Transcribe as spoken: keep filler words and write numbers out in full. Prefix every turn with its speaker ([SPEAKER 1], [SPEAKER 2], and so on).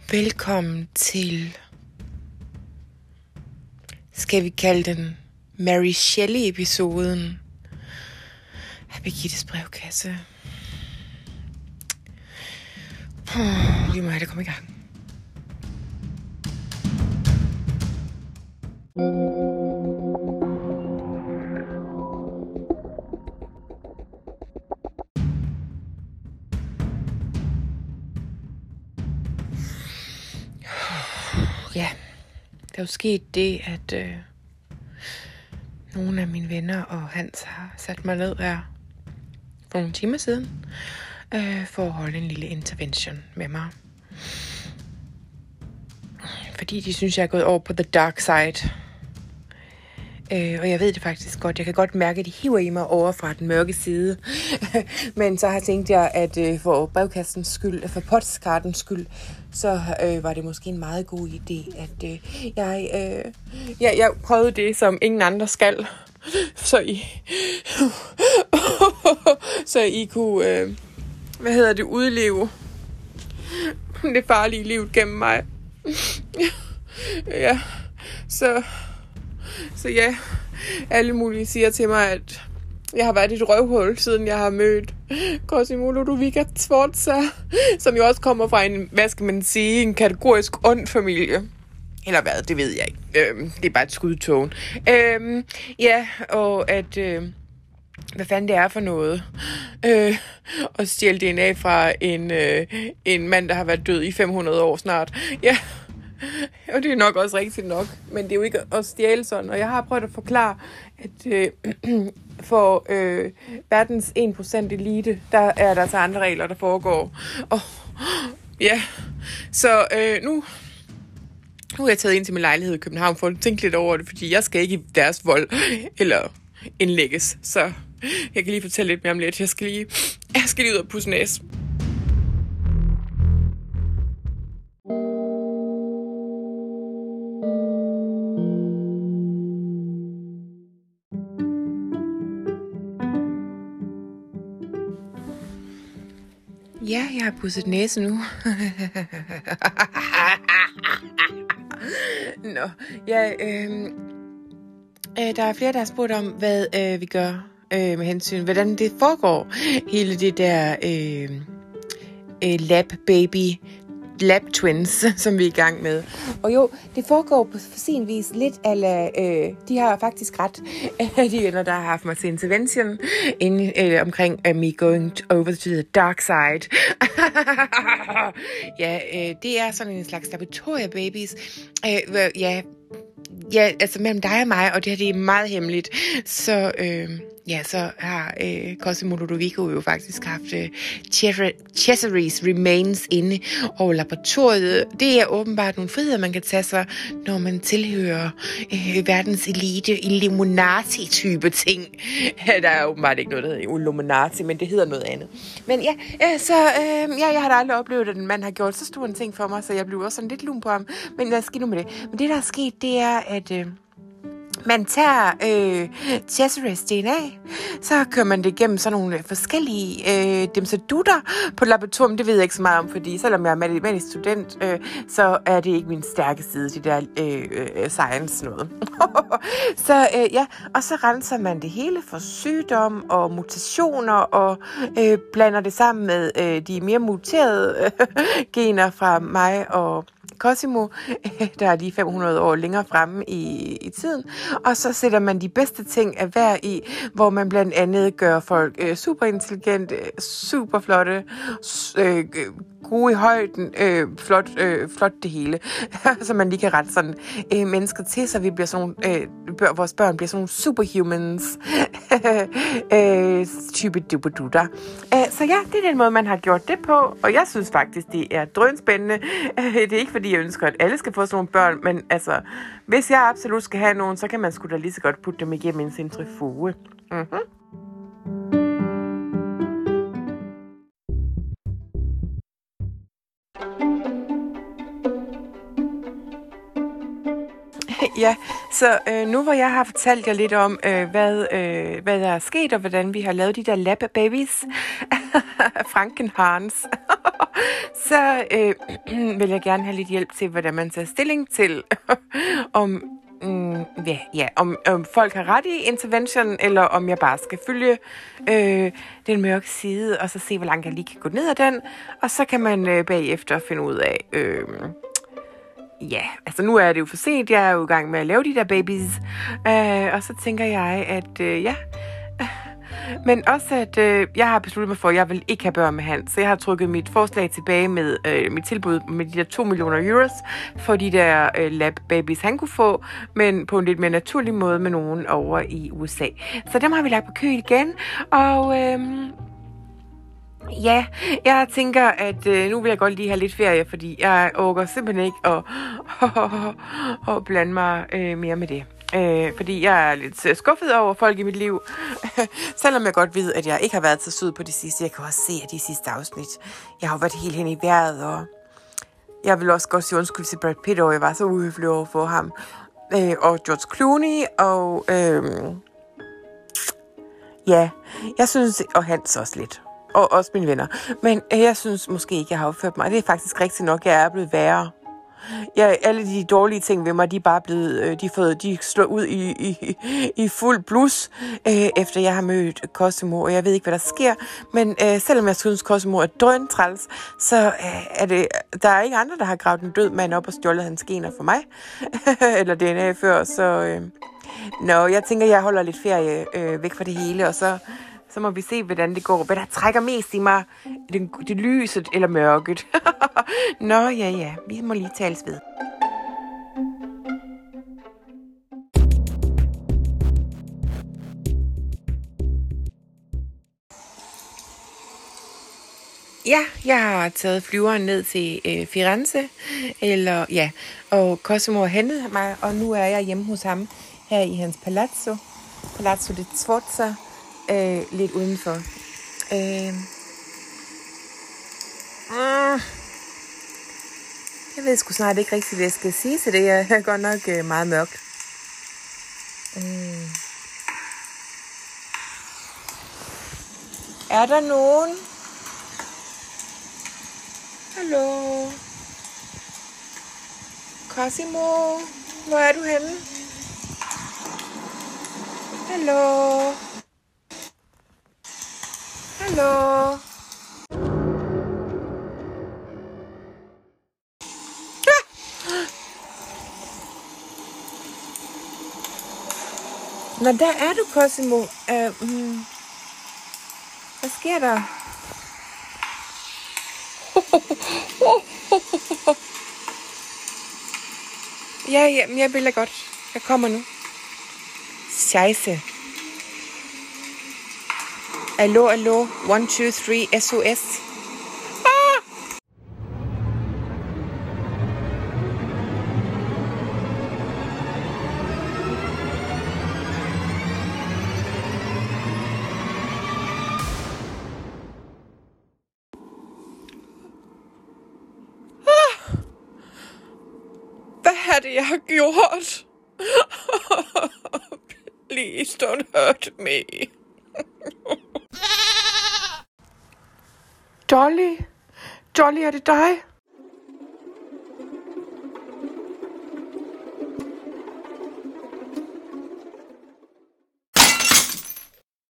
[SPEAKER 1] Velkommen til, skal vi kalde den Mary Shelley-episoden af Birgittes brevkasse. Hmm, vi må have det komme i gang. Ja, der er jo sket det, at øh, nogle af mine venner og Hans har sat mig ned her for nogle timer siden, øh, for at holde en lille intervention med mig. Fordi de synes, jeg er gået over på the dark side. Øh, og jeg ved det faktisk godt. Jeg kan godt mærke, at de hiver i mig over fra den mørke side. Men så har jeg tænkt jeg, at øh, for brevkastens skyld, for podcastens skyld, så øh, var det måske en meget god idé, at øh, jeg, øh, jeg, jeg prøvede det, som ingen andre skal. Så I, så I kunne, øh, hvad hedder det, udleve det farlige liv gennem mig. Ja, så... Så ja, alle mulige siger til mig, at jeg har været et røvhul, siden jeg har mødt Cosimo Ludovica Sforza, som jo også kommer fra en, hvad skal man sige, en kategorisk ond familie. Eller hvad, det ved jeg ikke. Øhm, det er bare et skudtågen. Øhm, ja, og at... Øh, hvad fanden det er for noget. Øh, og stjæle D N A fra en, øh, en mand, der har været død i fem hundrede år snart. Ja. Og det er nok også rigtigt nok, men det er jo ikke at stjæle sådan. Og jeg har prøvet at forklare, at øh, for øh, verdens en procent elite, der er der så andre regler, der foregår. Og ja, så øh, nu, nu er jeg taget ind til min lejlighed i København for at tænke lidt over det, fordi jeg skal ikke i deres vold eller indlægges. Så jeg kan lige fortælle lidt mere om lidt. Jeg skal lige, jeg skal lige ud og pusse næse. Ja, jeg har pudset næse nu. Nå, ja, øh, øh, der er flere, der har spurgt om, hvad øh, vi gør øh, med hensyn, hvordan det foregår, hele det der øh, øh, lab baby, lab twins, som vi er i gang med. Og jo, det foregår på sin vis lidt ala, øh, de har faktisk ret, de venner, der har haft mig til intervention, inden, øh, omkring uh, me going over to the dark side. Ja, øh, det er sådan en slags laboratorie-babies. Øh, ja, ja, altså mellem dig og mig, og det her, det er meget hemmeligt. Så... Øh, Ja, så har øh, Cosimo Ludovico jo faktisk haft øh, Cesare's remains inde over laboratoriet. Det er åbenbart nogle friheder, man kan tage sig, når man tilhører øh, verdens elite, Illuminati-type ting. Der er åbenbart ikke noget, der hedder Illuminati, men det hedder noget andet. Men ja, øh, så øh, ja, jeg har da aldrig oplevet, at en mand har gjort så stor en ting for mig, så jeg blev også sådan lidt lun på ham. Men lad os ske nu med det. Men det, der er sket, det er, at... Øh, Man tager øh, Cesare's D N A, så kører man det igennem sådan nogle forskellige øh, dimsedutter på laboratorium. Det ved jeg ikke så meget om, fordi selvom jeg er matematisk student, øh, så er det ikke min stærke side, det der øh, øh, science noget. Så øh, ja, og så renser man det hele for sygdom og mutationer og øh, blander det sammen med øh, de mere muterede øh, gener fra mig og Cosimo, der er lige fem hundrede år længere fremme i, i tiden. Og så sætter man de bedste ting af hver i, hvor man blandt andet gør folk øh, super intelligente, super flotte, øh, gode i højden, øh, flot, øh, flot det hele. Så man lige kan rette sådan øh, mennesker til, så vi bliver sådan øh, vores børn bliver sådan nogle superhumans øh, type dubedutter. Øh, så ja, det er den måde, man har gjort det på, og jeg synes faktisk, det er drønspændende. Øh, det er ikke, fordi jeg ønsker, at alle skal få sådan nogle børn, men altså, hvis jeg absolut skal have nogen, så kan man sgu da lige så godt putte dem igennem en centrifuge. Mhm. Ja, så øh, nu hvor jeg har fortalt jer lidt om, øh, hvad, øh, hvad der er sket, og hvordan vi har lavet de der lab babies, Frankenhans, så øh, vil jeg gerne have lidt hjælp til, hvordan man tager stilling til, om, mm, ja, ja, om, om folk har ret i intervention, eller om jeg bare skal følge øh, den mørke side, og så se, hvor langt jeg lige kan gå ned ad den, og så kan man øh, bagefter finde ud af... Øh, Ja, altså nu er det jo for sent. Jeg er jo i gang med at lave de der babies. Øh, og så tænker jeg, at øh, ja... Men også, at øh, jeg har besluttet mig for, at jeg vil ikke have børn med Hans. Så jeg har trykket mit forslag tilbage med øh, mit tilbud med de der to millioner euros for de der øh, lab babies, han kunne få, men på en lidt mere naturlig måde med nogen over i U S A. Så dem har vi lagt på kø igen. Og... Øh, Ja, jeg tænker, at øh, nu vil jeg godt lige have lidt ferie, fordi jeg orker simpelthen ikke at, at blande mig øh, mere med det. Øh, fordi jeg er lidt skuffet over folk i mit liv, selvom jeg godt ved, at jeg ikke har været så sød på det sidste. Jeg kan også se, at de sidste afsnit, jeg har været helt hen i vejret, og jeg vil også godt sige undskyld til Brad Pitt, og jeg var så uhøflig over for ham. Øh, og George Clooney, og øh, ja, jeg synes, og Hans også lidt. Og også mine venner. Men jeg synes måske ikke, jeg har opført mig. Det er faktisk rigtigt nok, jeg er blevet værre. Jeg, alle de dårlige ting ved mig, de er bare blevet, de, fået, de slår ud i, i, i fuld blus, øh, efter jeg har mødt Cosimo, og jeg ved ikke, hvad der sker. Men øh, selvom jeg synes, Cosimo er drøntræls, så øh, er det, der er ikke andre, der har gravet en død mand op og stjålet hans gener for mig. Eller D N A før, så... Øh, Nå, jeg tænker, jeg holder lidt ferie øh, væk fra det hele, og så... Så må vi se, hvordan det går. Hvad der trækker mest i mig. Det, det lyset eller mørket. Nå, ja, ja. Vi må lige tales ved. Ja, jeg har taget flyveren ned til øh, Firenze. Eller, ja. Og Cosimo har hentet mig, og nu er jeg hjemme hos ham. Her i hans palazzo. Palazzo di Sforza. Øh, lidt udenfor. Øh. Mm. Jeg ved sgu snart ikke rigtigt, hvad jeg skal sige til det. Jeg er godt nok øh, meget mørkt. Mm. Er der nogen? Hallo? Cosimo? Hvor er du henne? Hallo? Hallo? Ah! Nå, der er du, Cosimo. Uh, mm. Hvad sker der? Ja, ja, jeg vil da godt. Jeg kommer nu. Scheisse. Allo, allo. One, two, three. S O S. Ah! Ah! Hvad er det, jeg har gjort? Please don't hurt me. Dolly? Dolly, er det dig?